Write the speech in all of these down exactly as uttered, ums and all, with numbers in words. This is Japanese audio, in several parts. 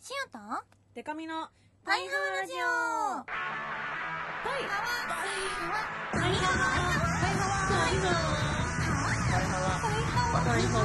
しおとデカミのパイハワラジオ。 パイハワパイハワパイハワパイハワパイハワ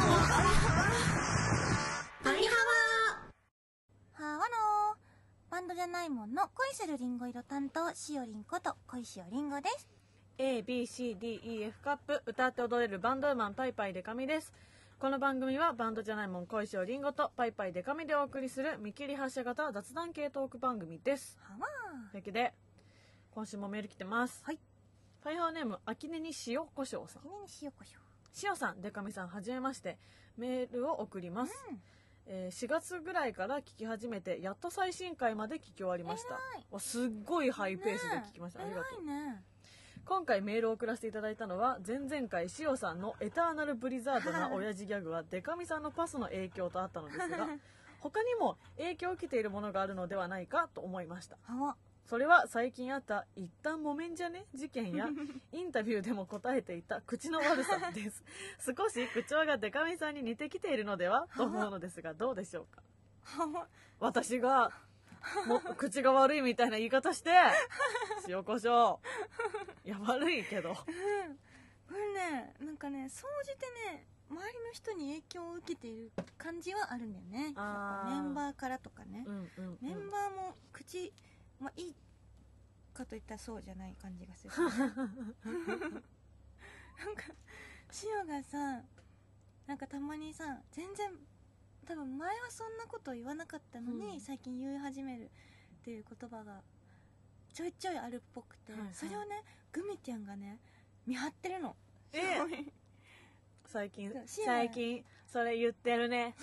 パイハハワのバンドじゃないもんの恋するリンゴ色担当しおりんこと恋しおりんごです。 A、B、C、D、E、F カップ歌って踊れるバンドウーマンパイパイデカミです。この番組はバンドじゃないもん恋しおりんごとパイパイデカミでお送りする見切り発車型雑談系トーク番組です。 はわというわけで今週もメール来てます。 はい。 パイハワネーム秋根に塩こしょうさん。 きねにしよこしょ塩さん、デカミさん、はじめまして。メールを送ります、 うんえーしがつぐらいから聞き始めてやっと最新回まで聞き終わりました。 偉いわすっごいハイペースで聞きました、 ねえありがとう。 偉いね。 今回メールを送らせていただいたのは前々回塩さんのエターナルブリザードな親父ギャグはデカミさんのパスの影響とあったのですが他にも影響を受けているものがあるのではないかと思いました。 はわそれは最近あった一旦もめんじゃね事件やインタビューでも答えていた口の悪さです少し口調がデカミさんに似てきているのではと思うのですがどうでしょうか。 はわ私がもっと口が悪いみたいな言い方して塩コショウいや悪いけどうんこれねなんかね総じてね周りの人に影響を受けている感じはあるんだよね。 あーメンバーからとかね、 うんうん、うん、 メンバーも口、まあ、いいかといったらそうじゃない感じがするなんか塩がさなんかたまにさ全然多分前はそんなこと言わなかったのに、 うん最近言い始めるっていう言葉がちょいちょいあるっぽくて、 はいはいそれをねグミちゃんがね見張ってるの。 えすごい最近そうシア最近それ言ってるね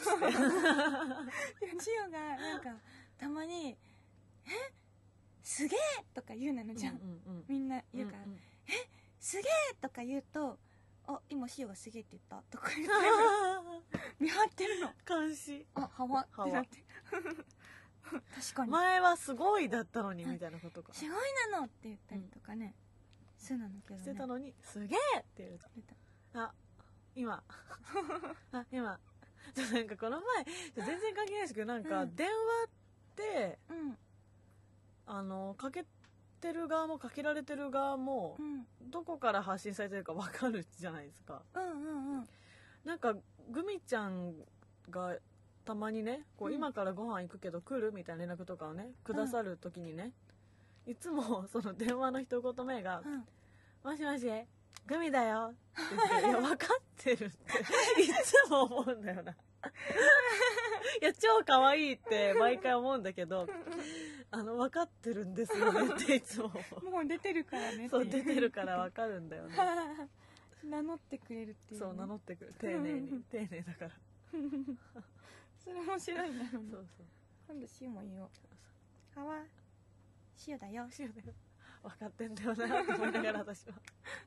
塩がなんかたまに「えすげえ!」とか言うなのじゃん、 うんうんうんみんな言うから「 うんうんえすげえ!」とか言うと「あ今塩がすげえって言った」とか言って見張ってるの。 監視あはわはわってなって確かに前はすごいだったのにみたいなことかすごいなのって言ったりとかね、そうなんだけどねしてたのにすげえって言うと出たあ今あ今ちょなんかこの前全然関係ないですけどなんかうん電話ってうんあのかけてる側もかけられてる側もうんどこから発信されてるか分かるじゃないですか。 うんうんうんなんかグミちゃんがたまにねこう、 うん今からご飯行くけど来るみたいな連絡とかをねくださる時にね、いつもその電話の一言目がうん 「もしもしグミだよ」って言って「いや分かってる」っていつも思うんだよな。いや超可愛いって毎回思うんだけどあの分かってるんですよねっていつも思う。 もう出てるからねそう出てるから分かるんだよね。 名乗ってくれるっていう、ね、 そう名乗ってくる丁寧に丁寧だからそれ面白いな。 そうそう今度塩も言おう。はわ塩だよ。 塩だよ分かってんだよなって思いながら私は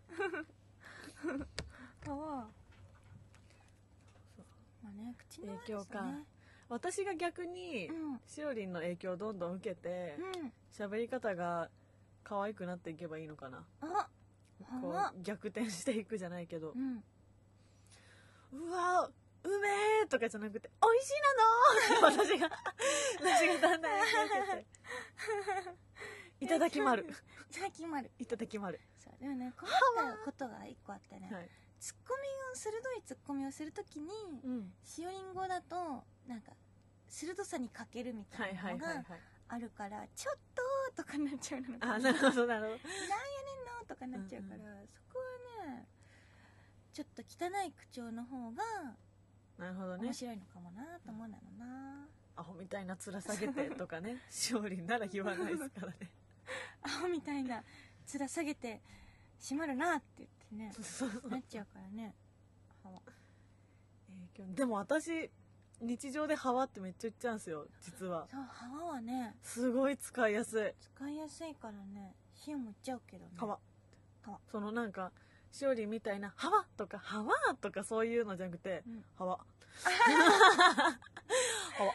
はわそうまあね口の悪影響かさね。 私が逆にうんしおりんの影響をどんどん受けてうん喋り方が可愛くなっていけばいいのかな。 あこはわう逆転していくじゃないけどうんうわうめえとかじゃなくて美味しいなの私が私がだんだん影響を受けていただきまるいただきまる。 いただきまるそうでもね困ったことが一個あってね、 はいツッコミを鋭いツッコミをするときに、 うん塩りんごだとなんか鋭さに欠けるみたはいいはいなのがはいはいあるから「ちょっと」とかなっちゃうの。 あなるほどなるほどなんやねんのとかなっちゃうから、 うんそこはねちょっと汚い口調の方がなるほどね面白いのかもなと思うなのな。 アホみたいな面下げてとかねしおりんなら言わないですからねアホみたいな面下げて閉まるなって言ってねそうそうなっちゃうからね。はわ影響でも私日常で「はわ」ってめっちゃ言っちゃうんですよ実は。 そうはわはねすごい使いやすい使いやすいからね塩も言っちゃうけどね。 はわはわそのなんかしおりんみたいな「はわ」とか「はわ」とかそういうのじゃなくてうん 「はわ」はわ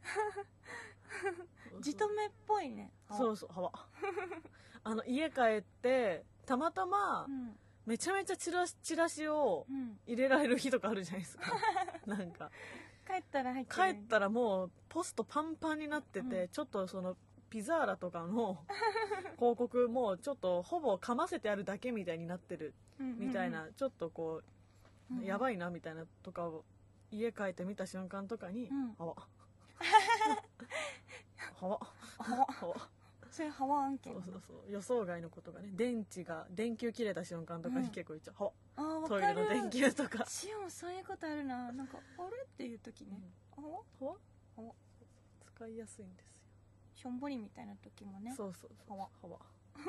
じとめっぽいね。はわそうそうはわあの家帰ってたまたまうんめちゃめちゃチラシチラシをうん入れられる日とかあるじゃないですかなんか帰ったら入って帰る。 ったらもうポストパンパンになってて、 うんちょっとそのピザーラとかの広告もちょっとほぼかませてあるだけみたいになってるみたいな、ちょっとこうやばい。 いなみたいなとかを家帰って見た瞬間とかに、 うんはわはわはわはわそれハワ案件。 そうそうそう予想外のことがね、電池が電球切れた瞬間とかに結構言っちゃう、はわあー、わトイかる。 レの電球とか、 しおもそういうことあるな。なんか、あれっていう時ね。あわはわはわ使いやすいんですよ。 しょんぼりみたいな時もね。 そうそうそう、 はわはわ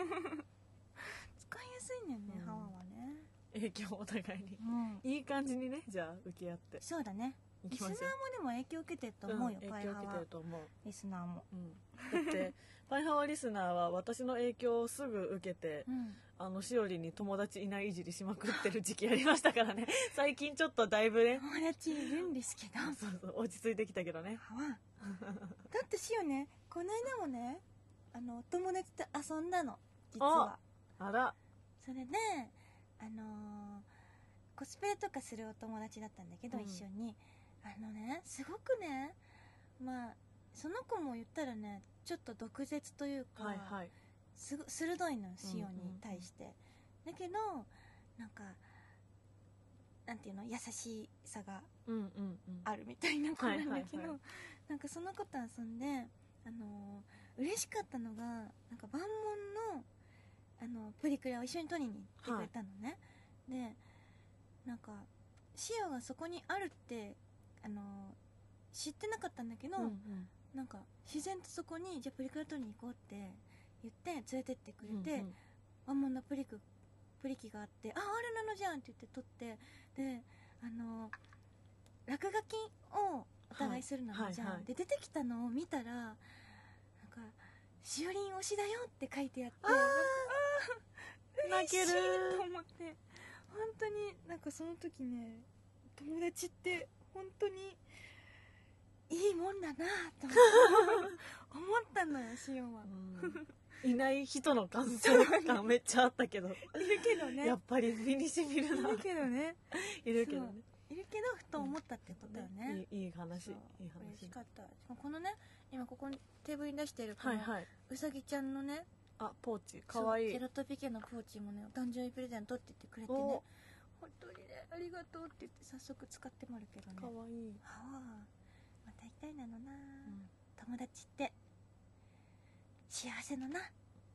使いやすいんだよね、 うんハワはね。 影響をお互いにうん。 いい感じにね、じゃあ受け合ってそうだね。 いリスナーもきましょう。 でも影響受けてると思うよ、 うんパイハワ影響受けてる。と思う、 リスナーも。 うん、だってパイハワリスナーは私の影響をすぐ受けて、 うん。 あのしおりに友達いないいじりしまくってる時期ありましたからね最近ちょっとだいぶね友達いるんですけど。 そうそう落ち着いてきたけどね。 ハワ。だってしおね、この間もね、あの、友達と遊んだの。実は。 あら、 それで、あのーコスプレとかするお友達だったんだけど、 うん一緒に。あのね、すごくね、まあ、その子も言ったらね、ちょっと毒舌というか、 はいはい、 すご鋭いの、シオうんうんうんに対して。だけど、なんか、なんていうの、優しさがうんうんうんあるみたいな子なんだけど、 はいはいはいなんかその子と遊んで、あのー嬉しかったのが、なんか万問の、あの、プリクラを一緒に撮りに行ってくれたのね。で、なんか、シオがそこにあるって、あのー知ってなかったんだけど、 うんうんなんか自然とそこにじゃあプリクラ撮りに行こうって言って連れてってくれて、 うんうんワンモンのプリクプリ機があってああれなのじゃんって言って撮ってであの落書きをお互いするのじゃん、 はいはいはいで出てきたのを見たらなんか「しおりん推しだよ」って書いてあってあー泣ける嬉しいと思って本当になんかその時ね友達って本当にいいもんだなと思ったのよしおは。 うん、いない人の感想感めっちゃあったけどいるけどねやっぱり身にしみるないるけどねいるけどね、 いるけどふと思ったってことだよね、 いいいい話そういい嬉し話かった。しかもこのね今ここにテーブルに出してるこのはいはいうさぎちゃんのねあポーチかわいいそうケラトピケのポーチもねお誕生日プレゼントって言ってくれてねお本当にねありがとうって言って早速使ってもらうけどねかわいい、 はあまた会いたいなのな、 うん友達って幸せのな。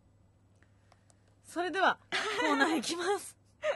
それではコーナーいきます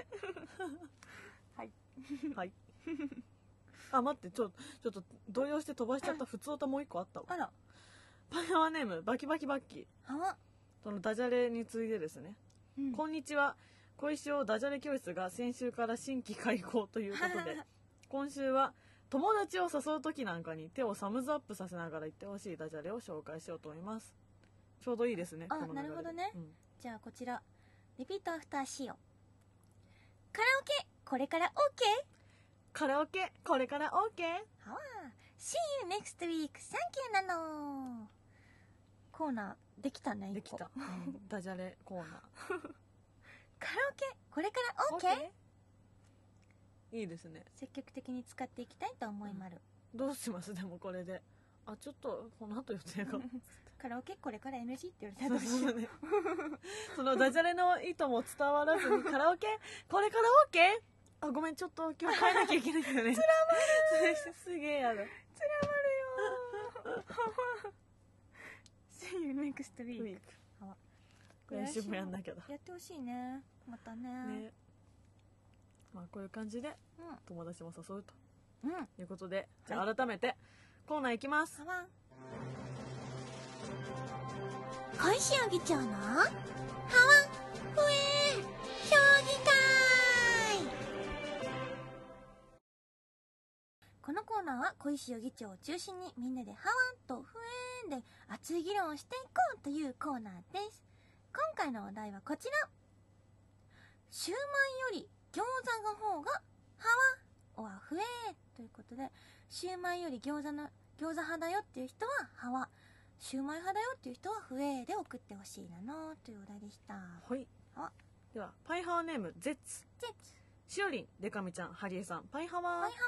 はいはいあ待ってちょちょっと動揺して飛ばしちゃった普通歌もう一個あったわ。 あらパイハワネームバキバキバッキー、 はわ、 そのダジャレに次いでですね、 うんこんにちは。小石尾ダジャレ教室が先週から新規開講ということで今週は友達を誘う時なんかに手をサムズアップさせながら言ってほしいダジャレを紹介しようと思います。ちょうどいいですね。 あこの流れでなるほどねうんじゃあこちらリピートアフターしよう。カラオケこれから OK? カラオケこれから OK? はわ See you next week サンキューなのコーナーできたねできた、うんダジャレコーナーカラオケこれから OK? いいですね。 積極的に使っていきたいと思いまる、 どうしますでもこれであちょっとこの後予定がカラオケこれから エヌジー って言われたらどうしようね、そのダジャレの意図も伝わらずにカラオケこれから OK? あごめんちょっと今日変えなきゃいけないんだよねつらまるすげえやだつらまるよSee you next ウィ week ーク練習もやんなきゃだやってほしいねまたねね。まあこういう感じでう友達も誘うとんうんいうことで、じゃあ改めてコーナーいきます。 はわん小石尾議長のはわんふえ評議会。このコーナーは小石尾議長を中心にみんなではわんとふえんで熱い議論をしていこうというコーナーです。今回のお題はこちら。シューマイより餃子の方がはわおはふえということで、シューマイより餃子の餃子派だよっていう人ははわ、シューマイ派だよっていう人はふえで送ってほしいなのというお題でした。 はいあではパイハワネームゼッツゼッツしおりんでかみちゃんハリエさんパイハワはいはわ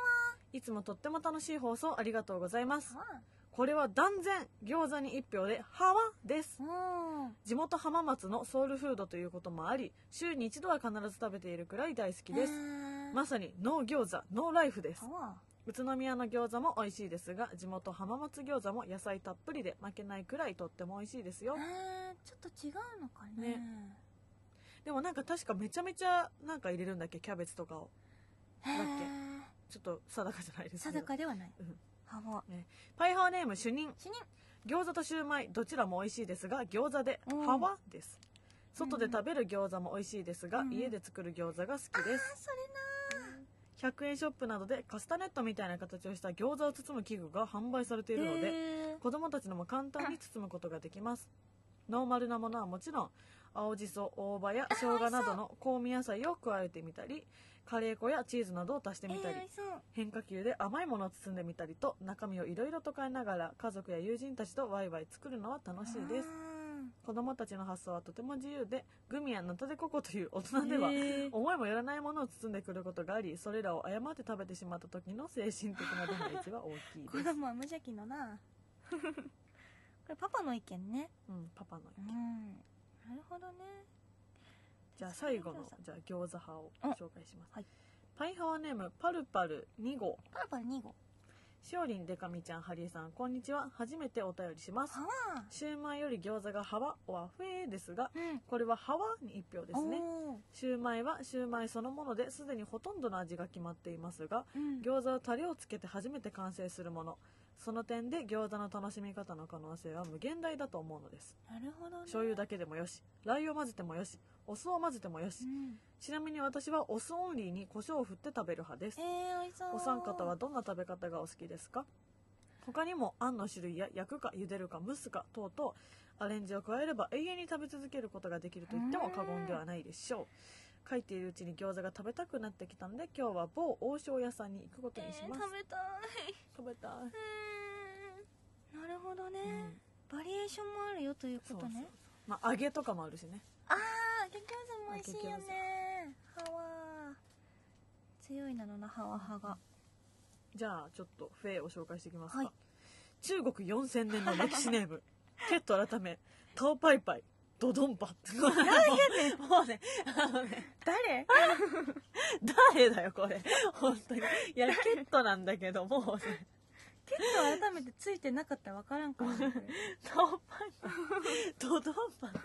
いつもとっても楽しい放送ありがとうございます。 はこれは断然餃子にいち票でハワです。 うん地元浜松のソウルフードということもあり、週に一度は必ず食べているくらい大好きです。まさにノー餃子ノーライフです。 は宇都宮の餃子も美味しいですが、地元浜松餃子も野菜たっぷりで負けないくらいとっても美味しいですよ。 えー、ちょっと違うのかね。 ねでもなんか確かめちゃめちゃなんか入れるんだっけ、キャベツとかを。 へーだっちょっと定かじゃないですけど。 定かではない。 うんはわパイハワネーム主任。 主任。 餃子とシューマイどちらも美味しいですが、餃子でうんハワです。外で食べる餃子も美味しいですが、 うん家で作る餃子が好きあーです。 それなひゃくえんショップなどでカスタネットみたいな形をした餃子を包む器具が販売されているので、 へー子供たちのも簡単に包むことができます。ノーマルなものはもちろん、青じそ、大葉や生姜などの香味野菜を加えてみたり、カレー粉やチーズなどを足してみたり、 えー美味しそう変化球で甘いものを包んでみたりと、中身をいろいろと変えながら家族や友人たちとワイワイ作るのは楽しいです。子供たちの発想はとても自由で、グミやナタデココという大人ではへー思いもよらないものを包んでくることがあり、それらを誤って食べてしまった時の精神的なダメージは大きいこです。 れはまあ無邪気のなこれパパの意見ね。 うん、パパの意う見。 んなるほどね。 じゃあ最後のじゃあ餃子派を紹介します。 はいパイハワネームパルパルに号。 パルパルに号。 しおりん、でかみちゃん、はりえさん、こんにちは。初めてお便りします。 はわシューマイより餃子がハワはフェーですが、 うんこれはハワにいち票ですね。 おーシューマイはシューマイそのものですでにほとんどの味が決まっていますが、 うん餃子はタレをつけて初めて完成するもの。その点で餃子の楽しみ方の可能性は無限大だと思うのです。 なるほどね。 醤油だけでもよし、ラー油を混ぜてもよし、お酢を混ぜてもよし、 うんちなみに私はお酢オンリーに胡椒を振って食べる派ですえ。ー、美味しそう。 お三方はどんな食べ方がお好きですか？他にもあんの種類や焼くか茹でるか蒸すか等々アレンジを加えれば永遠に食べ続けることができると言っても過言ではないでしょう。書いているうちに餃子が食べたくなってきたので、今日は某王将屋さんに行くことにしえー、 ます。 食べたい。 食べたい。 うーんなるほどね、 うんバリエーションもあるよということね。 そうそうそうまあ揚げとかもあるしね。 ああ揚げ餃子も美味しいよね。ハワ強いなのなハワ派が。 じゃあちょっとフェイを紹介していきますか。 はい中国よんせんねんの歴史ネームケット改めタオパイパイドドンパ何やねんもうねあのね誰誰だよこれ本当にいやケットなんだけどもうねケット改めてついてなかったら分からんからねこれタオパイパイドドンパって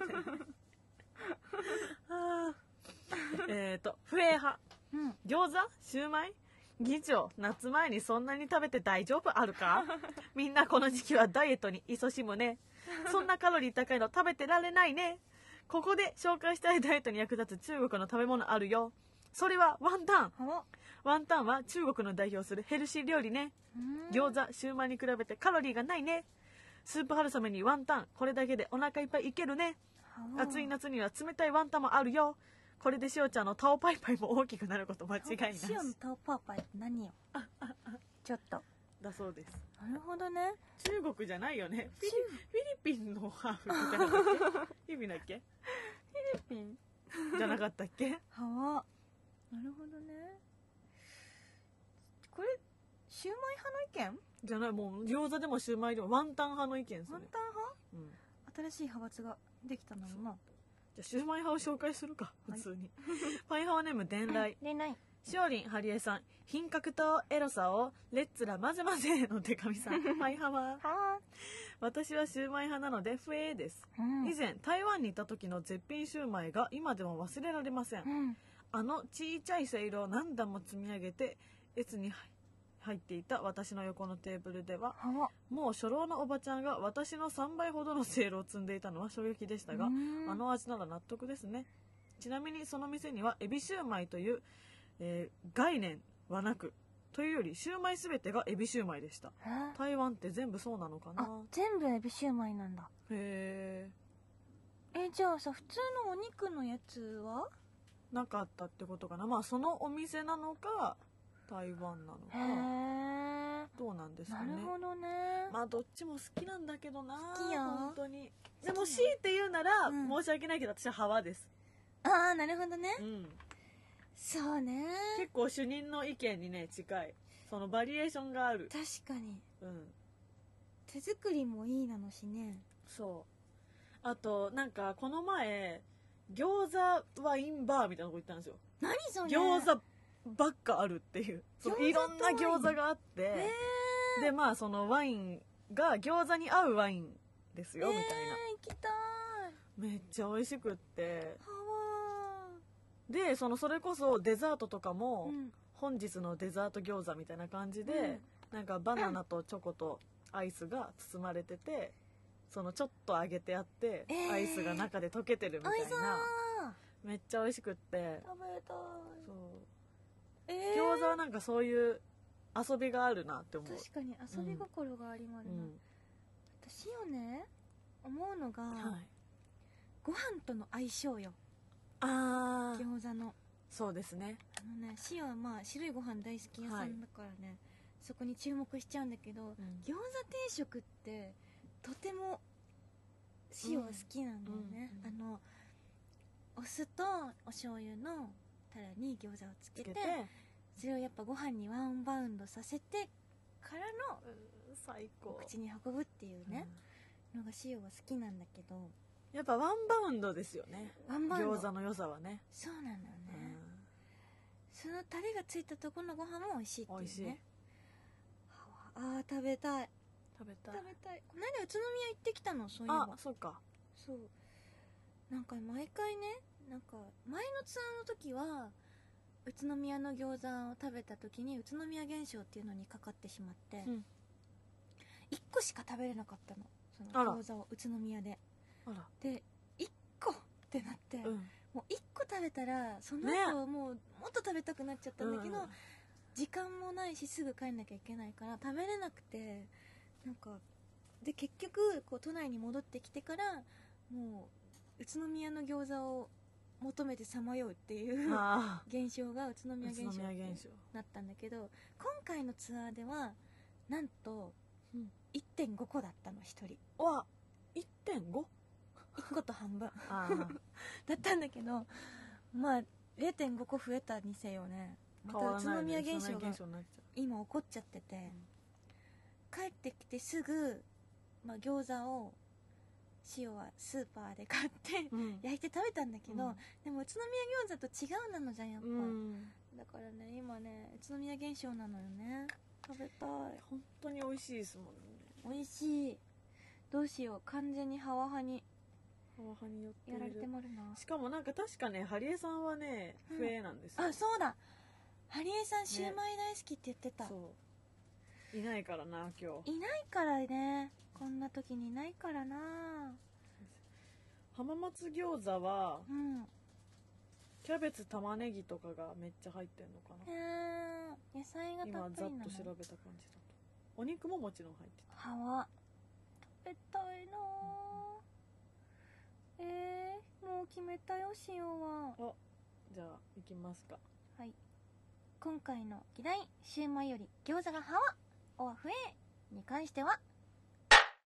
あーえっとフェイ派うん餃子シューマイ議長夏前にそんなに食べて大丈夫あるかみんなこの時期はダイエットに勤しむね。そんなカロリー高いの食べてられないね。ここで紹介したいダイエットに役立つ中国の食べ物あるよ。それはワンタン。 ハワワンタンは中国の代表するヘルシー料理ね。餃子シューマイに比べてカロリーがないね。スープ春雨にワンタン、これだけでお腹いっぱいいけるね。暑い夏には冷たいワンタンもあるよ。これでしおちゃんのタオパイパイも大きくなること間違いないし塩のタオパーパイって何よちょっとだそうです。 なるほどね。 中国じゃないよね。フィリフィリピンのハーフみたいなだっけ。意味だっけ？ フィリピンじゃなかったっけ？ ハワなるほどね。これシューマイ派の意見？ じゃない、もう餃子でもシューマイでもワンタン派の意見それ。 ワンタン派？ うん。 新しい派閥ができたんだろうな。 じゃあシューマイ派を紹介するか、 はい普通に。パイ派はネーム伝来。 恋愛しおりん、はりえさん、品格とエロさをレッツラ混ぜ混ぜの手紙さん。パイ派はは私はシューマイ派なのでフェーです。 うん以前台湾にいた時の絶品シューマイが今でも忘れられません。 うんあのちいちゃいせいろを何段も積み上げて列に入っていた私の横のテーブルではハワもう初老のおばちゃんが私のさんばいほどのせいろを積んでいたのは衝撃でしたが、 うんあの味なら納得ですね。ちなみにその店にはエビシューマイという、えー概念はなく、というよりシューマイすべてがエビシューマイでした。 え台湾って全部そうなのかな。 あ全部エビシューマイなんだ。 へえじゃあさ普通のお肉のやつはーなかったってことかな。まあそのお店なのか台湾なのへえかどうなんですかなね。 るほどね。 まあどっちも好きなんだけどな。 好きよ本当に。 好きよでも強いて言うなら、 うん申し訳ないけど私はハワです。 ああなるほどね。 うん。 そうね。 結構主任の意見にね近い。 そのバリエーションがある。 確かにうん手作りもいいなのしね。 そうあとなんかこの前餃子ワインバーみたいなとこ行ったんですよ。 何それ。 餃子ばっかあるっていう、その餃子といろんな餃子があって、 えー、 でまあそのワインが餃子に合うワインですよ、 えー、 みたいな。 行きたい。 めっちゃ美味しくって、 はわでそのそれこそデザートとかも、 ー、うん、 本日のデザート餃子みたいな感じで、うん、なんかバナナとチョコとアイスが包まれてて、そのちょっと揚げてあって、 えー、 アイスが中で溶けてるみたいな、めっちゃ美味しくって。 食べたい。 そう、 えー、 餃子はなんかそういう遊びがあるなって思う。 確かに遊び心がありますね、うん、私よね思うのが、はい、ご飯との相性よ。あ餃子のそうですね。 あのねシオはまあ白いご飯大好き屋さんだからね、はい、そこに注目しちゃうんだけど、うん、餃子定食ってとてもシオは好きなんだよね、うんうんうん、あのお酢とお醤油のタラに餃子をつけて、それをやっぱご飯にワンバウンドさせてからの最高口に運ぶっていうね、うん、のがシオは好きなんだけど、 やっぱワンバウンドですよね。 ワンバウンド餃子の良さはね。 そうなんだよね、うん、そのタレがついたところのご飯も美味しいっていうね。美味しい。あー食べたい食べたい食べたい。この間宇都宮行ってきたの。そういえば。 あ、そうか。 そうなんか毎回ね、なんか前のツアーの時は宇都宮の餃子を食べた時に宇都宮現象っていうのにかかってしまって、うん、いっこしか食べれなかったの、その餃子を宇都宮で。 あらでいっこってなって、うん、もういっこ食べたらその後、ね、もうもっと食べたくなっちゃったんだけど、うん、時間もないしすぐ帰んなきゃいけないから食べれなくて、なんかで結局こう都内に戻ってきてからもう宇都宮の餃子を求めてさまようっていう現象が宇都宮現象になったんだけど、今回のツアーではなんと いってんご 個だったのひとり。 わ いってんご? いっこと半分あだったんだけど、まあ れいてんご 個増えたにせよね、また宇都宮現象が今起こっちゃってて、うん、帰ってきてすぐ、まあ、餃子をシオはスーパーで買って、うん、焼いて食べたんだけど、うん、でも宇都宮餃子と違うなのじゃんやっぱ、うん、だからね今ね宇都宮現象なのよね。食べたい。 本当に美味しいですもんね。 美味しい。どうしよう、完全にハワハにハワハに寄ってる。 やられてもるな。 しかもなんか確かねハリエさんはね不衛なんですよ、 うん、あそうだ、ハリエさんシューマイ大好きって言ってた、ね、 そういないからな今日。 いないからね、こんな時にいないからな。 浜松餃子は、 うん、 キャベツ玉ねぎとかがめっちゃ入ってんのかな。 へー、野菜がたっぷりなの。 今ざっと調べた感じだとお肉ももちろん入ってた。 はわ食べたいな、うん、えー、もう決めたよしおは。 あ、じゃあ行きますか。 はい、今回の議題シューマイより餃子がハワオアフエに関してはハ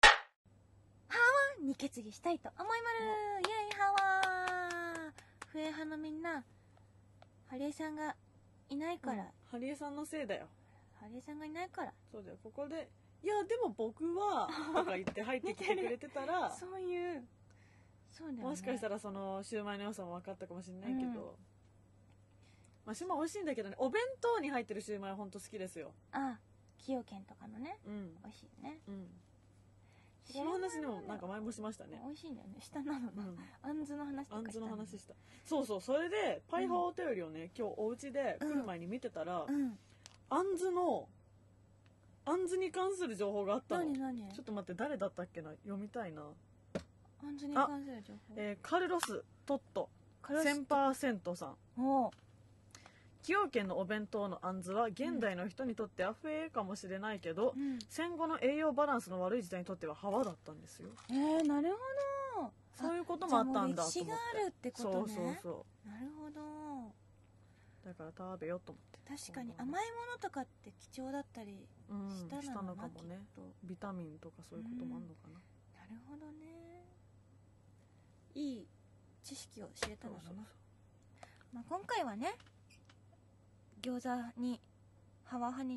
ワに決議したいと思いまる。イエイハワフエ派のみんな、ハリエさんがいないから、うん、 ハリエさんのせいだよ。 ハリエさんがいないから。 そうだよ。ここでいやでも僕はとか言って入ってきてくれてたらそういうそうだよね、 もしかしたらそのシューマイの良さも分かったかもしれないけど、うん、まあシューマイ美味しいんだけどね、お弁当に入ってるシューマイは本当好きですよ。 ああ、崎陽軒とかのね、うん、美味しいよね。うん。 この話でもなんか前もしましたね。 美味しいんだよね。下なのな、うん、あんずの話とかした、ね、 あんずの話した。そうそう、それでパイハワお便りをね、うん、今日お家で来る前に見てたら、うん、あんずのあんずに関する情報があったの。 何何？ ちょっと待って、誰だったっけな、読みたいな。 あんずに関する情報。 えー、カルロストットせんパーセントさん。 お崎陽軒のお弁当のあんずは現代の人にとってアフェーかもしれないけど、うん、戦後の栄養バランスの悪い時代にとってはハワだったんですよ。 えー、なるほど。 そういうこともあったんだと思って。 歴史があるってことね。 そうそうそう。 なるほど。 だから食べようと思って。 確かに甘いものとかって貴重だったりしたのかな、うん、したのかもね。 ビタミンとかそういうこともあるのかな、うん、 なるほどね。いい知識を知れたのかな。そうそうそう、まあ、今回はね餃子にハワ派にね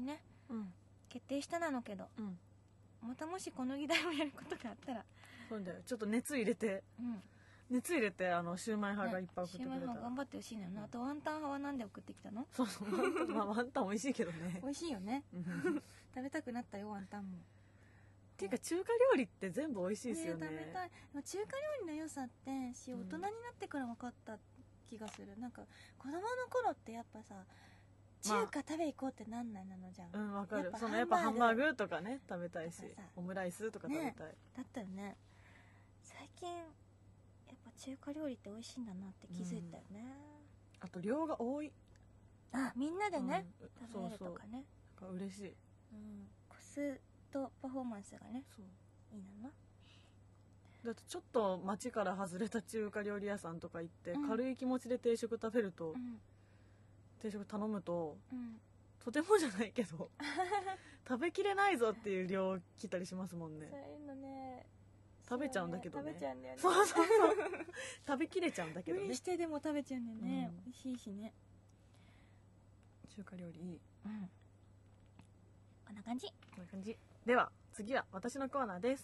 うん決定したなのけど、 うんまたもしこの議題をやることがあったら、 そうだよ、ちょっと熱入れてうん熱入れてあのシューマイ派がいっぱい送ってくれたら、 シューマイ派頑張ってほしいのよな。あとワンタン派はなんで送ってきたの？ そうそうワンタン、まあ、ワンタン美味しいけどね美味しいよね。 うん食べたくなったよワンタンも。 っていうか中華料理って全部美味しいですよね。 食べたい。でも中華料理の良さってし大人になってから分かった気がする。なんか子供の頃ってやっぱさ、中華食べ行こうってなんないなのじゃん。 うん、わかやっぱる。そのやっぱハハンバーグンバーグとかね食べたいしとかさ、 オムライスとか食べたい、 だったよね。最近やっぱ中華料理って美味しいんだなって気づいたよね。 あと量が多い。 あ、みんなでね、 うん食べれるとかね。 なんか嬉しい。 うん、コストパフォーマンスがね、 そういいなの。 だってちょっと街から外れた中華料理屋さんとか行って、 うん軽い気持ちで定食食べると、 うん定食頼むとうん。 とてもじゃないけど食べきれないぞっていう量来たりしますもんね。 そういうのね、 食べちゃうんだけどね食べちゃうんだよね。 そうそうそう食べきれちゃうんだけどね。 無理してでも食べちゃうんだよね。 うん美味しいしね。 中華料理いい。 うん。こんな感じ。 こんな感じ。では次は私のコーナーです。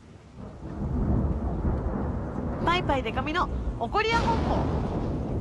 パイパイデカミの怒りや本舗。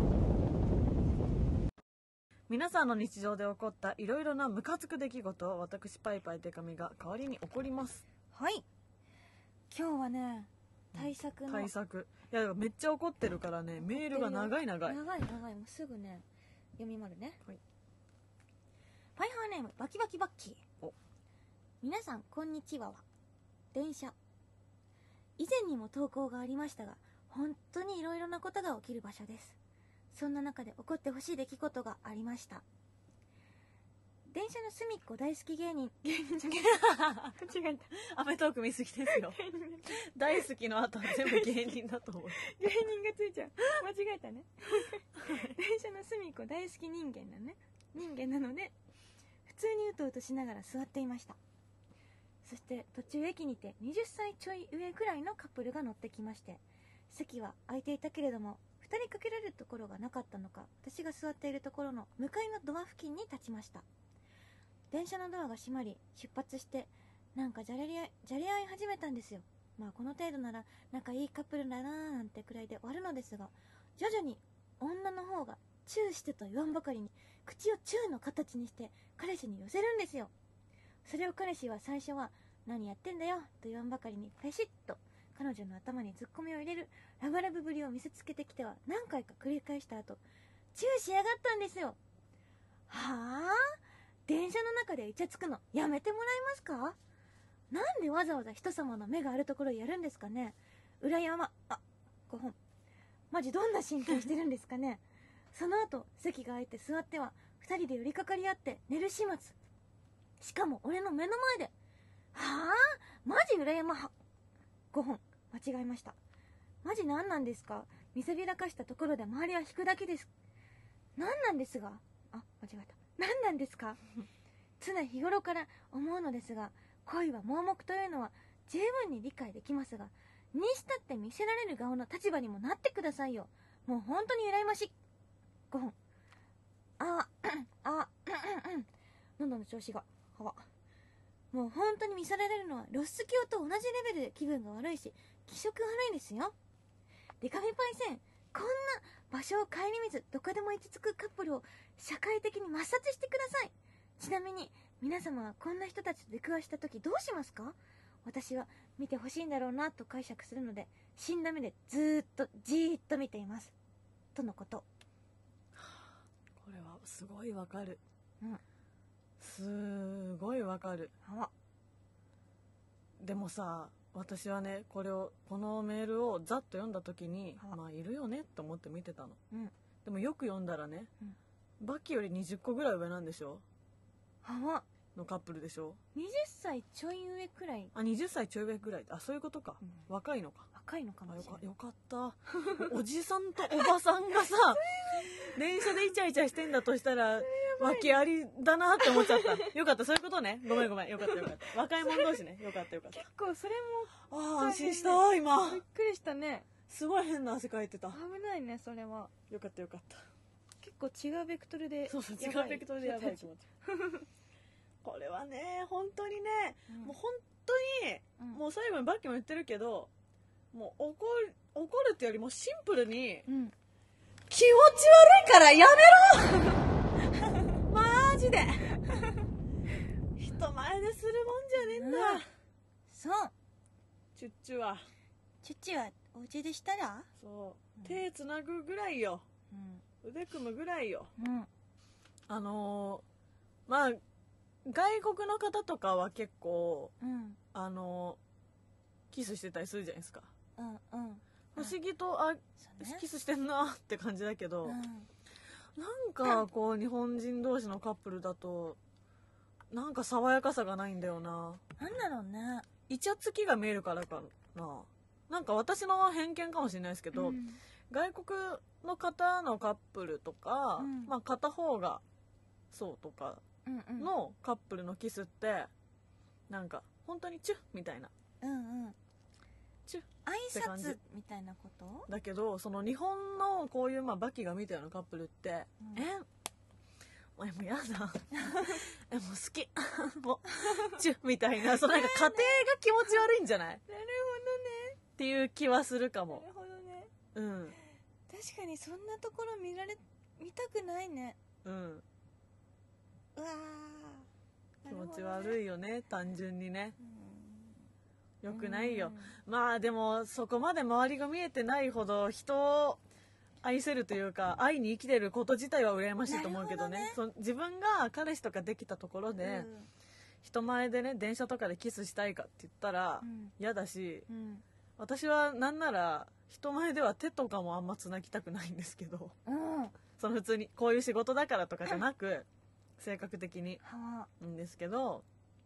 皆さんの日常で起こったいろいろなムカつく出来事を私パイパイデカミが代わりに怒ります。 はい。今日はね、対策の。 対策。いやめっちゃ怒ってるからね、メールが長い長い。 長い長い。もうすぐね、読みまるね。 はい。 パイハーネーム、バキバキバッキー。 お皆さん、こんにちはは。電車。以前にも投稿がありましたが、本当にいろいろなことが起きる場所です。そんな中で起こってほしい出来事がありました。電車の隅っこ大好き芸人、芸人じゃ間違えた。 アメトーク見すぎですよ。大好きの後は全部芸人だと思う。 芸人がついちゃう。間違えたね。電車の隅っこ大好き人間なね。人間なので、普通にうとうとしながら座っていました。そして途中駅にてはたちちょい上くらいのカップルが乗ってきまして、席は空いていたけれども、ふたりかけられるところがなかったのか、私が座っているところの向かいのドア付近に立ちました。電車のドアが閉まり、出発して、なんかじゃれり合い、じゃれ合い始めたんですよ。まあこの程度なら仲いいカップルだなーなんてくらいで終わるのですが、徐々に女の方がチューしてと言わんばかりに、口をチューの形にして彼氏に寄せるんですよ。それを彼氏は最初は、何やってんだよと言わんばかりにペシッと彼女の頭にツッコミを入れるラブラブぶりを見せつけてきては何回か繰り返した後、チューしやがったんですよ。はぁ？電車の中でイチャつくのやめてもらえますか？なんでわざわざ人様の目があるところでやるんですかね。裏山、あ、ごほん。マジどんな神経してるんですかね。その後、席が空いて座っては、二人で寄りかかり合って寝る始末。しかも俺の目の前で。はぁ？マジ裏山は、ごほん。間違えました。マジ何なんですか？見せびらかしたところで周りは引くだけです。何なんですが、あ、間違えた。何なんですか？常日頃から思うのですが、恋は盲目というのは十分に理解できますが、にしたって見せられる側の立場にもなってくださいよ。もう本当に羨ましい。ごほん。あ、あ、喉の調子が、はわ。もう本当に見せられるのはロス教と同じレベルで気分が悪いし、気色悪いですよ。デカミパイセン、こんな場所を顧みずどこでも行き着くカップルを社会的に抹殺してください。ちなみに皆様はこんな人たちと出くわした時どうしますか？私は見てほしいんだろうなと解釈するので、死んだ目でずーっとじーっと見ています。とのこと。 これはすごいわかる。 うん。 すごいわかる。 あ、 でもさ、私はね、これをこのメールをざっと読んだ時に、 はまあいるよねって思って見てたの。 うん。 でもよく読んだらね、 うん、 バッキーよりにじゅっこぐらい上なんでしょはわ。 のカップルでしょ。 はたちちょい上くらい。 あ、はたちちょい上ぐらい。あ、そういうことか。 うん、 若いのか。 若いのかもあ、よしれない。 かよかった。おじさんとおばさんがさ、電車でイチャイチャしてんだとしたら、訳ありだなって思っちゃった。よかった、そういうことね。ごめんごめん。よかったよかった。若い者同士ね。よかったよかった。 結構それもああ、安心した今。 びっくりしたね。 すごい変な汗かいてた。 危ないね、それは。 よかったよかった。 結構違うベクトルで。 そうそう、違うベクトルでやばい気持ち。 これはね本当にね、 うんもう本当に、 うんもう最後にバッキーも言ってるけど、もう怒る怒るってよりもシンプルに、 うん気持ち悪いからやめろマジで人前でするもんじゃねえんだ、 うんそうチュッチュは。 チュッチはお家でしたらそううん手つなぐぐらいよ、 うん腕組むぐらいよ。 うんあのー、まあ外国の方とかは結構うんあのー、キスしてたりするじゃないですか。 うんうん不思議とあそうねキスしてんなって感じだけど、 うんなんかこう日本人同士のカップルだとなんか爽やかさがないんだよな。 なんだろうねイチャつきが見えるからかな。なんか私の偏見かもしれないですけど、 うん外国の方のカップルとか、 うんまあ片方がそうとかうんうんのカップルのキスってなんか本当にチュッみたいなうんうんチュッ挨て感じ拶みたいなことだけど、その日本のこういうまあバキが見たようなカップルって、 うんえお前もうやだえもう好きもうチュッみたいな、そのなんか家庭が気持ち悪いんじゃないなるっていう気はするかも。 ほどねなるほどねうん確かにそんなところ見られ見たくないねうんうわー気持ちい、 悪いよね、単純にね。 うん、 よくないよ。 うんまあでもそこまで周りが見えてないほど人を愛せるというか愛に生きてること自体は羨ましいと思うけどね。そ自分が彼氏とかできたところで、人前でね電車とかでキスしたいかって言ったらうん嫌だし、 うん私はなんなら人前では手とかもあんまつなぎたくないんですけど、 うんはその普通にこういう仕事だからとかじゃなく性格的にあんですけど、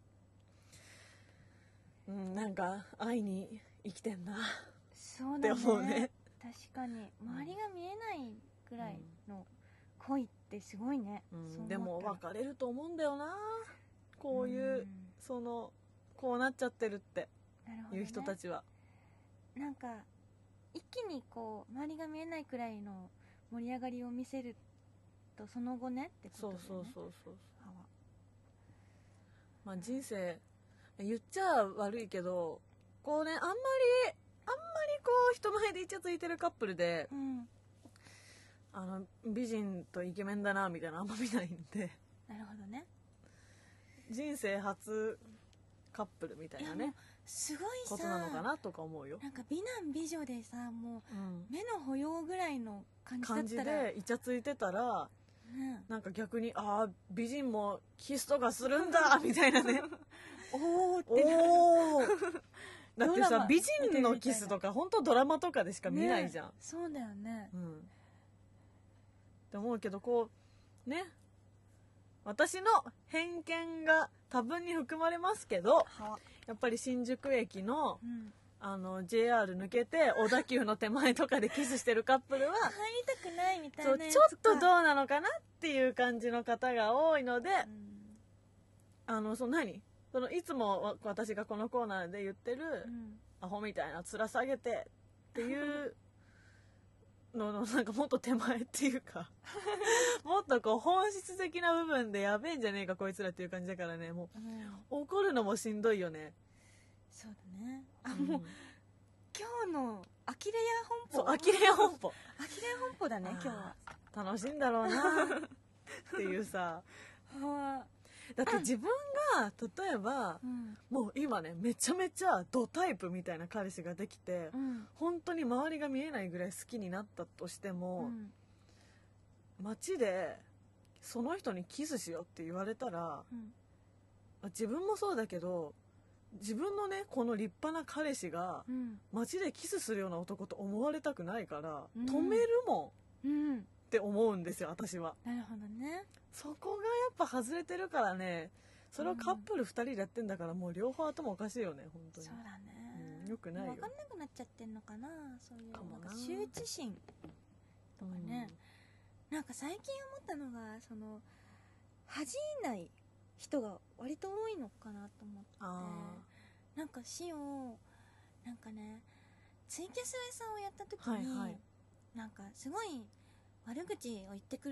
うん、なんか愛に生きてんなってそうだ思うねね。確かに周りが見えないぐらいの恋ってすごいね、 うんそう思ったらでも別れると思うんだよな、こういう、 んそのこうなっちゃってるってなるほどねいう人たちは。 なんか一気にこう周りが見えないくらいの盛り上がりを見せるとその後ねってことだよね。 そうそうそうそう。 はわまあ人生言っちゃ悪いけど、こうねあんまりあんまりこう人前でイチャついてるカップルで、 うんあの美人とイケメンだなみたいなあんま見ないんで、 なるほどね。 人生初カップルみたいなねいやもうすごいさことなのかなとか思うよ。 なんか美男美女でさもうんう目の保養ぐらいの感じだ感じったらでイチャついてたらねなんか逆にああ美人もキスとかするんだみたいなねおーっておおだってドラマさ美人のキスとか本当ドラマとかでしか見ないじゃん、 ねそうだよねうんって思うけど、こうね私の偏見が多分に含まれますけど、 はやっぱり新宿駅のうんあの ジェイアール 抜けて小田急の手前とかでキスしてるカップルは入りたくないみたいそうなやつちょっとどうかなのかなっていう感じの方が多いので、 うんあのその何そのいつもわ私がこのコーナーで言ってる、 うんアホみたいな面下げてっていうののなんかもっと手前っていうかもっとこう本質的な部分でやべえんじゃねえかこいつらっていう感じだからね、もうんう怒るのもしんどいよね。 そうだねあうんもう今日のアキレア本舗そうアキレア本舗アキレア本舗だね今日は楽しいんだろうなっていうさはだって自分が例えばうんもう今ねめちゃめちゃドタイプみたいな彼氏ができて、 うん本当に周りが見えないぐらい好きになったとしてうも、 ん街でその人にキスしようって言われたら、 うん自分もそうだけど自分のねこの立派な彼氏がうん街でキスするような男と思われたくないから、 うん止めるもんうんって思うんですよ私は。 なるほどねそこがやっぱ外れてるからね、それをカップルふたりでやってんだからもう両方頭おかしいよね本当に。 そうだねうんよくないよ分かんなくなっちゃってんのかなそういうかもななんか羞恥心とかね、なんか最近思ったのがその恥じない人が割と多いのかなと思ってあなんかシオなんかねツイキャスさんをやった時に、 はいはいなんかすごい悪口を言ってくる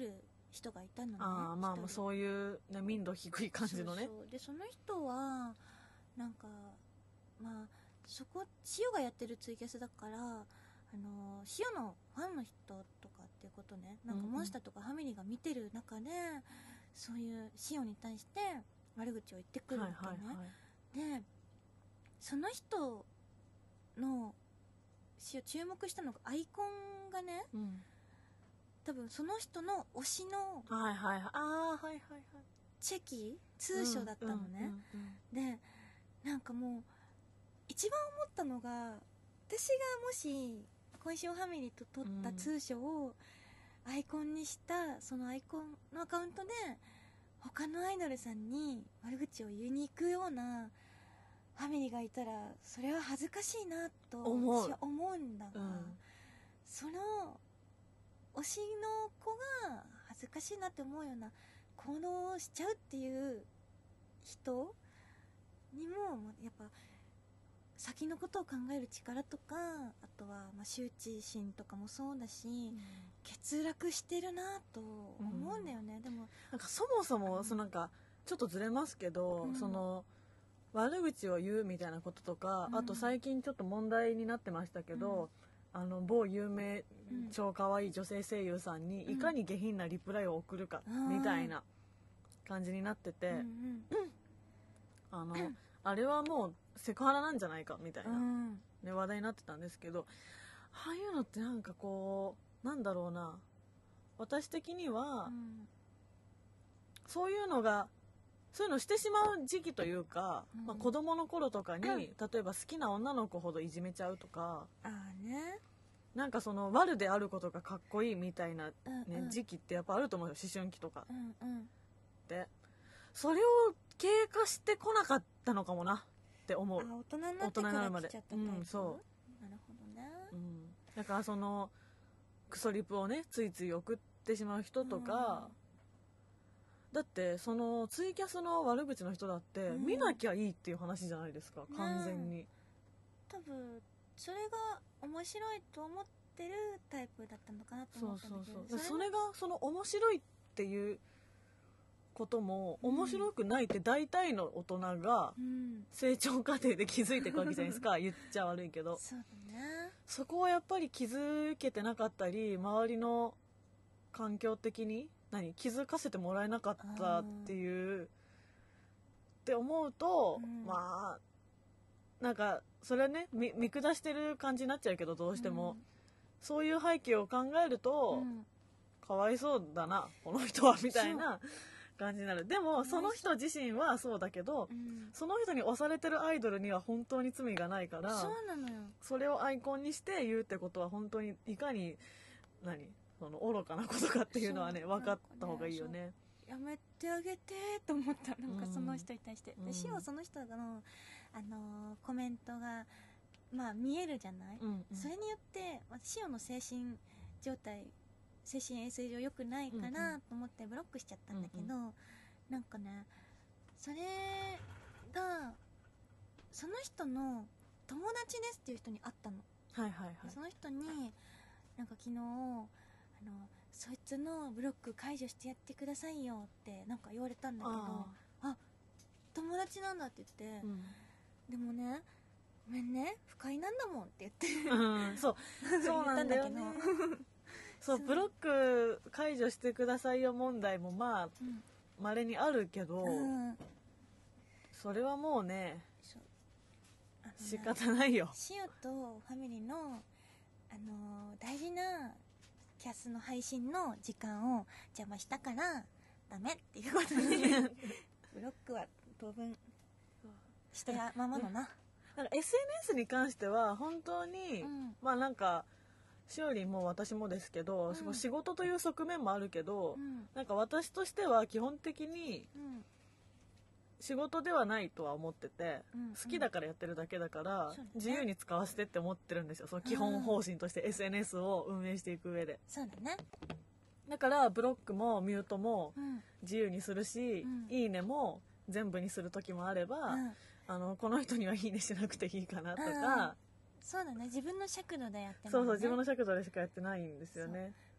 人がいたのね。 ああ、まあもううそういう、ね、民度低い感じのね。 そうそうでその人はなんかまあそこ塩がやってるツイキャスだから、あの塩のファンの人とかっていうことね、なんかモンスターとかファミリーが見てる中で、うんうん、そういう塩に対して悪口を言ってくるわけね、はいはいはい、でその人の塩注目したのがアイコンがね、うん、多分その人の推しのはいはいはい、ああはいはいはい、 チェキ通称だったのね、うんうんうんうん、でなんかもう一番思ったのが、私がもし小石尾ファミリーと撮った通称をアイコンにしたそのアイコンのアカウントで他のアイドルさんに悪口を言いに行くようなファミリーがいたら、それは恥ずかしいなと私は思うんだが、うん、その推しの子が恥ずかしいなって思うような行動をしちゃうっていう人にもやっぱ先のことを考える力とか、あとはまあ羞恥心とかもそうだし、うん、欠落してるなと思うんだよね、うん、でもなんかそもそも、うん、そのなんかちょっとずれますけど、うん、その悪口を言うみたいなこととか、うん、あと最近ちょっと問題になってましたけど、うん、あの某有名、うん、超可愛い女性声優さんにいかに下品なリプライを送るか、みたいな感じになってて、うんうん、あの、うんあれはもうセクハラなんじゃないかみたいな、うんね、話題になってたんですけど、ああいうのってなんかこうなんだろうな、私的には、うん、そういうのがそういうのしてしまう時期というか、うんまあ、子供の頃とかに、うん、例えば好きな女の子ほどいじめちゃうとか、 あ、ね、 なんかその悪であることがかっこいいみたいな、ねうんうん、 時期ってやっぱあると思うよ、思春期とか、 うんうん、 でそれを経過してこなかったのかもなって思う。 あ、大人になってから来ちゃったタイプ、うん、そうなるほどね、 うん、だからそのクソリプをねついつい送ってしまう人とか、うん、だってそのツイキャスの悪口の人だって見なきゃいいっていう話じゃないですか、うん、完全に、ね、 多分それが面白いと思ってるタイプだったのかなと思ったんだけど、 そうそうそう、それがその面白いっていうことも面白くないって大体の大人が成長過程で気づいていくわけじゃないですか、言っちゃ悪いけど、 そうだね、 そこはやっぱり気づけてなかったり、周りの環境的に何気づかせてもらえなかったっていうって思うと、うん、まあなんかそれね 見, 見下してる感じになっちゃうけど、どうしても、うん、そういう背景を考えると、うん、かわいそうだなこの人はみたいな感じになる。でもその人自身はそうだけど、うん、その人に押されてるアイドルには本当に罪がないから、 そうなのよ、 それをアイコンにして言うってことは本当にいかに何その愚かなことかっていうのはね分かった方がいいよね。 やめてあげてと思った、なんかその人に対して、うん、でしおその人の、あのー、コメントがまあ見えるじゃない、うんうん、それによってしおの精神状態精神衛生上良くないかなと思ってブロックしちゃったんだけど、うんうん、なんかねそれがその人の友達ですっていう人に会ったの、 はいはいはい、 その人になんか昨日あのそいつのブロック解除してやってくださいよってなんか言われたんだけど、ああ友達なんだって言って、うん、でもねごめんね不快なんだもんって言って、 うん、そうそうなんだよねそうブロック解除してくださいよ問題もまあまれ、うん、にあるけど、うん、それはもうね仕方ないよ。 しおとファミリーの、あのー、大事なキャスの配信の時間を邪魔したからダメっていうことでブロックは当分したままのな。 なんか エスエヌエス に関しては本当に、うん、まあなんかしおりんも私もですけど、うん、仕事という側面もあるけど、うん、なんか私としては基本的に仕事ではないとは思ってて、うん、好きだからやってるだけだから、うん、自由に使わせてって思ってるんですよ、その基本方針として エスエヌエス を運営していく上で。 そうだね。 だからブロックもミュートも自由にするし、うん、いいねも全部にする時もあれば、うん、あのこの人にはいいねしなくていいかなとか、 そうだね、自分の尺度でやってますね。 そうそう、自分の尺度でしかやってないんですよね。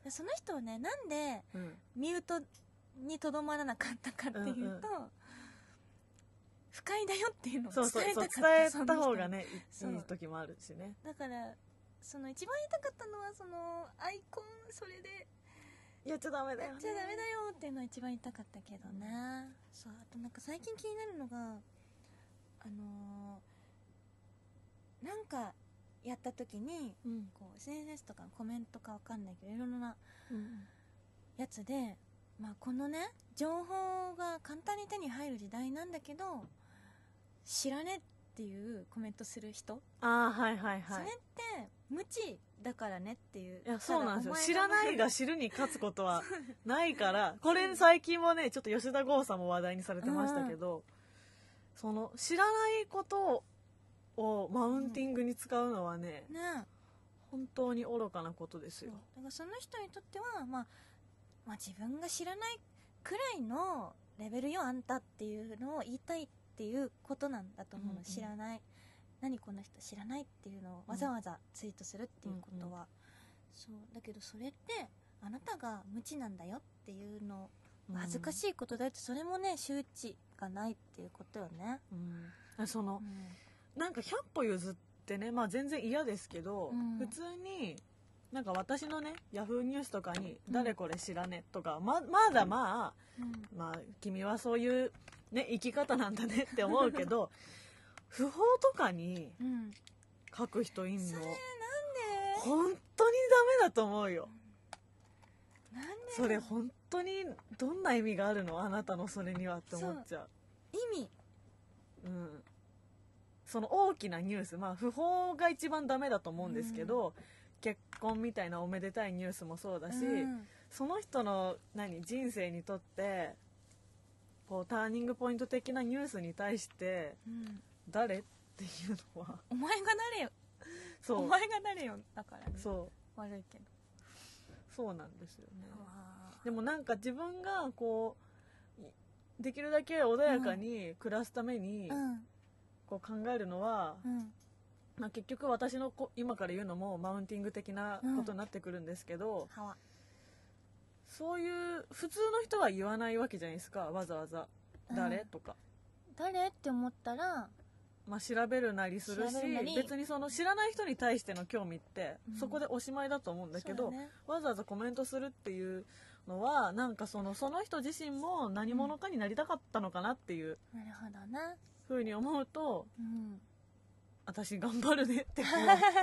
その人はね、なんでうんミュートにとどまらなかったかっていうと、 うんうん不快だよっていうのをそうそう伝えたそうかった。 伝えた方がねそういいい時もあるしね。 だからその一番言いたかったのは、そのアイコンそれでやっちゃダメだよね。 やっちゃダメだよっていうのは一番言いたかったけどね。そう、あとなんか最近気になるのが、あのーなんかやった時にうんこう エスエヌエス とかコメントかわかんないけどいろんなうんやつで、まあ、このね情報が簡単に手に入る時代なんだけど知らねっていうコメントする人、 ああはいはいはい。 それって無知だからねっていう。 いやそうなんですよ。 ただ知らないが知るに勝つことはないからこれ最近もねちょっと吉田剛さんも話題にされてましたけど、その知らないことをマウンティングに使うのはね、 ね、 本当に愚かなことですそうよ。 だからその人にとっては、まあ、まあ自分が知らないくらいのレベルよあんたっていうのを言いたいっていうことなんだと思うの、 うんうん知らない、何この人知らないっていうのをわざわざツイートするっていうことは、 うんうんそうだけどそれってあなたが無知なんだよっていうのうん恥ずかしいことだよって、それもね周知がないっていうことよね、 うん、そのうなんかひゃっぽ譲ってね、まあ全然嫌ですけど、 うん普通になんか私のねヤフーニュースとかに「誰これ知らね」とか、ままだまあんうんまあ君はそういうね生き方なんだねって思うけど不法とかにうん、 書く人いんのそれなんで本当にダメだと思うよ。 なんでそれ本当にどんな意味があるのあなたのそれにはって思っちゃう。 意味、 うん、その大きなニュース、まあ不法が一番ダメだと思うんですけど、結婚みたいなおめでたいニュースもそうだし、 うんその人の何人生にとってこうターニングポイント的なニュースに対してうん、 誰っていうのはお前が誰よ、 そうお前が誰よだからね、 そう悪いけど、 そうなんですよね。 わでもなんか自分がこうできるだけ穏やかに暮らすためにーうんこう考えるのは、 うんまあ、結局私のこ今から言うのもマウンティング的なことになってくるんですけど、 はわそういう普通の人は言わないわけじゃないですか、わざわざ誰、 うんとか、 誰って思ったら、 まあ、調べるなりするし調べるなり別にその知らない人に対しての興味って、 うんそこでおしまいだと思うんだけど、 そうねわざわざコメントするっていうのはなんかそのその人自身も何者かになりたかったのかなっていうなるほどな、 ふうに思うと、 うん、 私頑張るねってこなる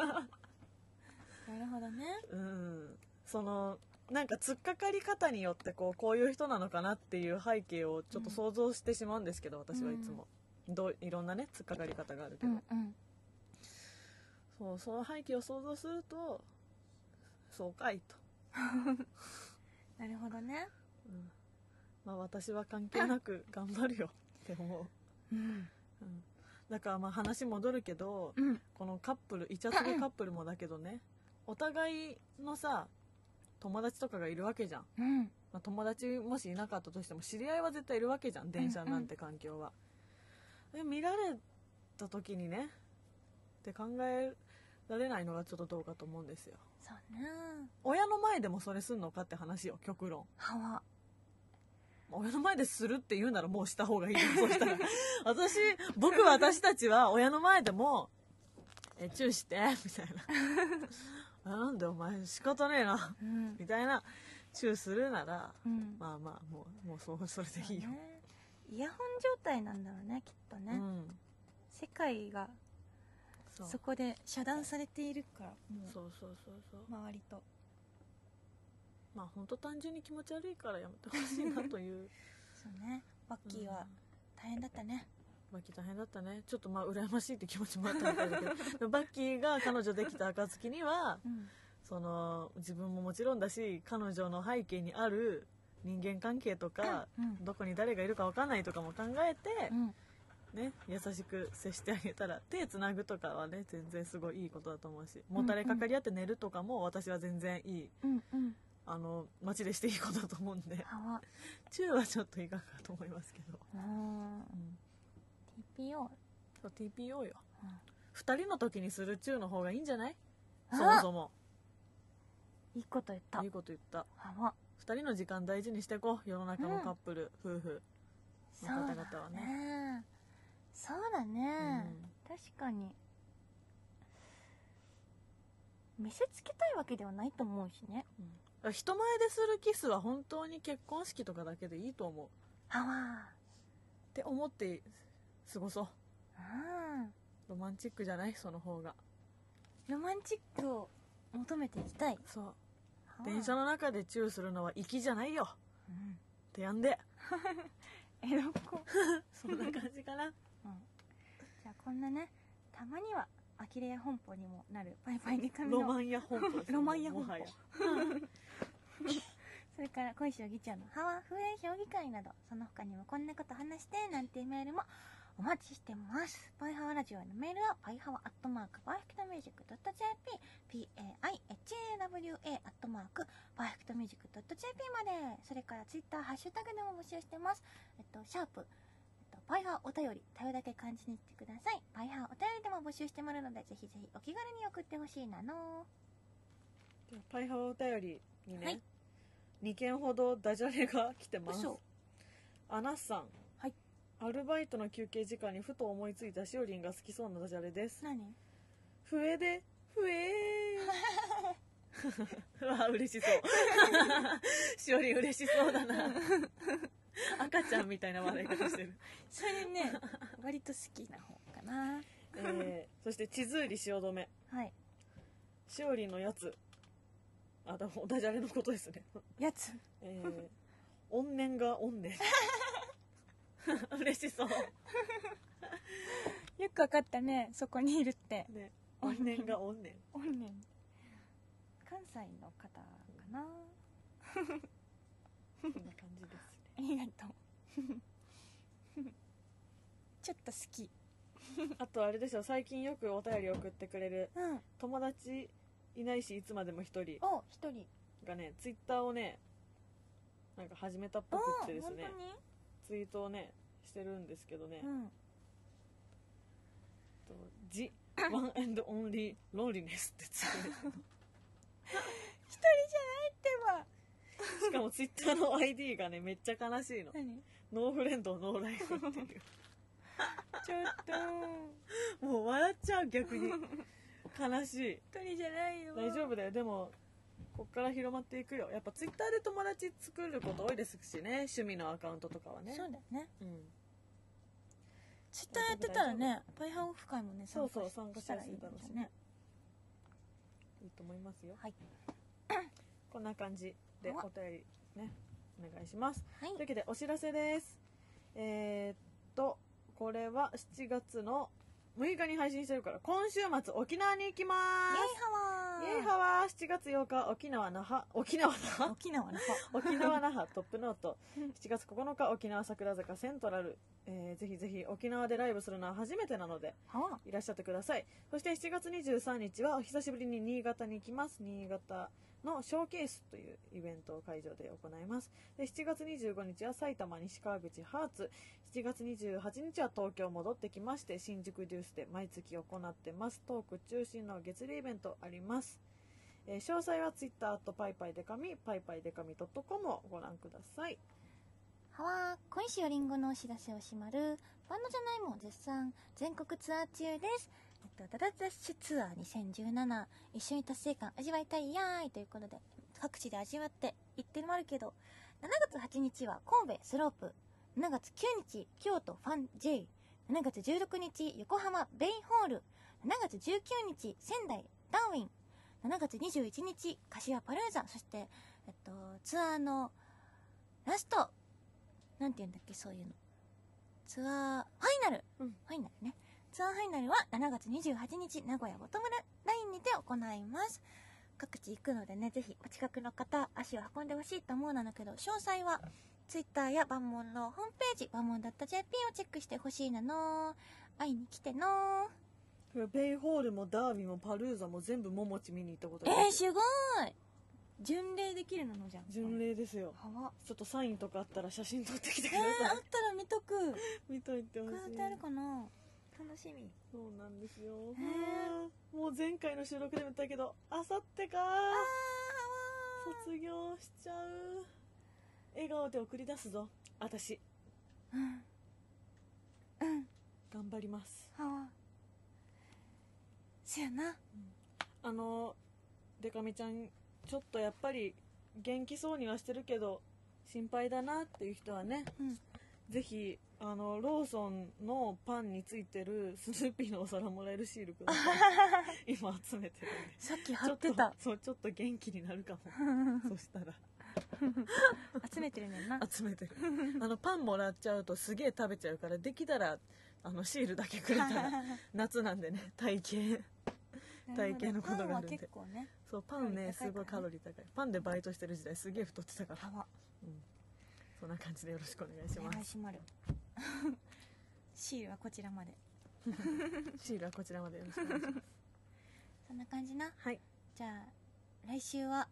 ほどね、 う、うん、そのなんか突っかかり方によってこうこういう人なのかなっていう背景をちょっと想像してしまうんですけど、私はいつも、どういろんなね突っかかり方があるけど、 うんうん、 そうその背景を想像するとそうかいと、 なるほどね、 うんまあ、私は関係なく頑張るよって思う、 うんうん、だからまあ話戻るけど、 うんこのカップルイチャつくカップルもだけどね、お互いのさ友達とかがいるわけじゃん、 うんまあ、友達もしいなかったとしても知り合いは絶対いるわけじゃん、電車なんて環境は、で見られた時にねって考えられないのがちょっとどうかと思うんですよ。 そうね、 親の前でもそれすんのかって話よ、極論。 はわ親の前でするって言うならもうした方がいいよそしたら私僕私たちは親の前でもえチューしてみたいなあなんでお前仕方ねえなうんみたいなチューするなら、 うんまあまあもうもうそうそれでいいよ、 そうね、イヤホン状態なんだろうねきっとね、 うん世界がそうそこで遮断されているから、もうそうそうそうそう周りと、 まあ本当単純に気持ち悪いからやめてほしいなというそうね、バッキーは大変だったね、 バッキー大変だったね。ちょっとまあ羨ましいって気持ちもあったみたいだけどでもバッキーが彼女できた暁にはうんその自分ももちろんだし彼女の背景にある人間関係とか、 うんどこに誰がいるか分かんないとかも考えてう、んね、優しく接してあげたら手つなぐとかはね全然すごいいいことだと思うし、もたれかかり合って寝るとかも私は全然いい、 うんうんあの街でしていいことだと思うんではわチューはちょっといかがかと思いますけど、 うんうん、 ティーピーオー、 そう ティーピーオー よ、 うんふたりの時にするチューの方がいいんじゃない、 あそもそもいいこと言ったいいこと言った。 はわ。 ふたりの時間大事にしていこう、世の中のカップル、うん、夫婦そうのだ方々はね。 ねそうだね、うん、確かに見せつけたいわけではないと思うしね、 うん、人前でするキスは本当に結婚式とかだけでいいと思う。 はわって思って過ごそう。 うん、 ロマンチックじゃない？その方がロマンチックを求めていきたい。 そう、電車の中でチューするのは粋じゃないよ、うん、ってやんでエロっ子そんな感じかな、うん、 じゃあこんなね、たまにはアキレア本舗にもなるパイパイデカミのロマン屋本舗です、 ロマン屋本舗それから小石尾議長のハワフエ評議会など、その他にもこんなこと話してなんていうメールもお待ちしてます。パイハワラジオへのメールはパイハワアットマークパーフェクトミュージックドット ジェーピー パイハワアットマークパーフェクトミュージックドット ジェーピー まで。それからツイッターハッシュタグでも募集してます。えっとシャープえっとパイハワお便り、たよだけ漢字にしてください。パイハワお便りでも募集してもらうので、ぜひぜひお気軽に送ってほしいなの。 パイハワお便りにね、 はい、 にけんほどダジャレが来てます。アナッさん、 はい、 アルバイトの休憩時間にふと思いついたしおりんが好きそうなダジャレです。 何？ 笛で笛ーうわ嬉しそうしおりん嬉しそうだな赤ちゃんみたいな笑い方してるそれね割と好きな方かなえー、そして地図売り汐留、 はい、 しおりんのやつ、あ、だダジャレのことですねやつ、 えー、怨念が怨念嬉しそうよくわかったね、そこにいるってね。 怨念が怨念怨念、関西の方かなそんな感じですね。 ありがとうちょっと好きあとあれですよ、最近よくお便り送ってくれる、 うん、 友達いないしいつまでも一人お一人がね、ツイッターをねなんか始めたっぽくってですね、ツイートをねしてるんですけどね、うん、とジワンエンドオンリーロンリネスってつける一人じゃないってばしかもツイッターの アイディー がねめっちゃ悲しいの。 何？ ノーフレンドノーライフっていうちょっともう笑っちゃう、逆に悲しい。 一人じゃないよ。 大丈夫だよ。でもこっから広まっていくよ。やっぱツイッターで友達作ること多いですしね、趣味のアカウントとかはね。 そうだよね、 うん、 ツイッターやってたらね、パイハオフ会もねそうそう参加したらいいだろうしね、いいと思いますよ。 はいこんな感じでお便りねお願いします、 はい、 というわけでお知らせです。えー、っとこれはしちがつのむいかに配信してるから、今週末沖縄に行きまーす。イエイハワーイエイハワー。しちがつようか沖縄那覇沖縄那覇沖縄那覇沖縄那覇トップノートしちがつここのか沖縄桜坂セントラル、えー、ぜひぜひ沖縄でライブするのは初めてなのでいらっしゃってください。そしてしちがつにじゅうさんにちは久しぶりに新潟に行きます。新潟のショーケースというイベントを会場で行います。でしちがつにじゅうごにちは埼玉西川口ハーツ、しちがつにじゅうはちにちは東京戻ってきまして新宿デュースで毎月行ってます。トーク中心の月例イベントあります。えー、詳細はツイッターとパイパイデカミパイパイデカミ .com をご覧ください。 はわー、小石よりんごのお知らせをしまる。バンドじゃないもん絶賛全国ツアー中です。えっと、ダダダッシュツアーにせんじゅうなな、一緒に達成感味わいたいやーいということで、各地で味わって行ってもあるけど、しちがつはちにちは神戸スロープ、しちがつくにち京都ファン J、しちがつじゅうろくにち横浜ベイホール、しちがつじゅうくにち仙台ダーウィン、しちがつにじゅういちにち柏パルーザ、そして、えっと、ツアーのラスト、なんて言うんだっけ、そういうの。ツアー、ファイナル、うん、ファイナルね。ツアーファイナルはしちがつにじゅうはちにち名古屋ボトムラインにて行います。各地行くのでね、ぜひお近くの方、足を運んでほしいと思うなんだけど、詳細は Twitter やバンモンのホームページ、バンモン .ジェーピー をチェックしてほしいなの。会いに来ての。 ベイホールもダービーもパルーザも全部ももち見に行ったことある。 えー、すごい。巡礼できるのじゃん。 巡礼ですよ。ちょっとサインとかあったら写真撮ってきてください。 えー、あったら見とく。 見といてほしい。 こうやってあるかな。楽しみ。 そうなんですよ。もう前回の収録でも言ったけど、あさってかー。 あー卒業しちゃう。笑顔で送り出すぞ私。 うんうん頑張ります。 はあそやな。 あのデカミちゃんちょっとやっぱり元気そうにはしてるけど心配だなっていう人はね、 うん、 ぜひあのローソンのパンについてるスヌーピーのお皿もらえるシールください。今集めてるんでさっき貼ってた。 そうちょっと元気になるかも。そしたら集めてるねんな。 集めてる。あのパンもらっちゃうとすげえ食べちゃうから、できたらあのシールだけくれたら夏なんでね、体型体型のことがあるんで。 パンは結構ね、 そうパンねすごいカロリー高い。パンでバイトしてる時代すげえ太ってたから、うん、そんな感じでよろしくお願いします。 お願いします。シールはこちらまで。 シールはこちらまでよろしくお願いします。 そんな感じな。 はい。 じゃあ来週は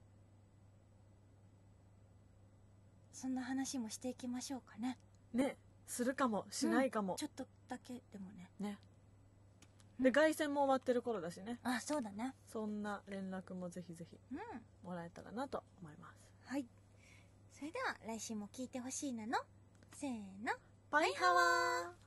そんな話もしていきましょうかね。 ね、するかもしないかも、 うん、ちょっとだけでもね。 ね。で、凱旋も終わってる頃だしね。 あ、そうだね。 そんな連絡もぜひぜひもらえたらなと思います。 はい。それでは来週も聞いてほしいなの。せーの。 バイハワー。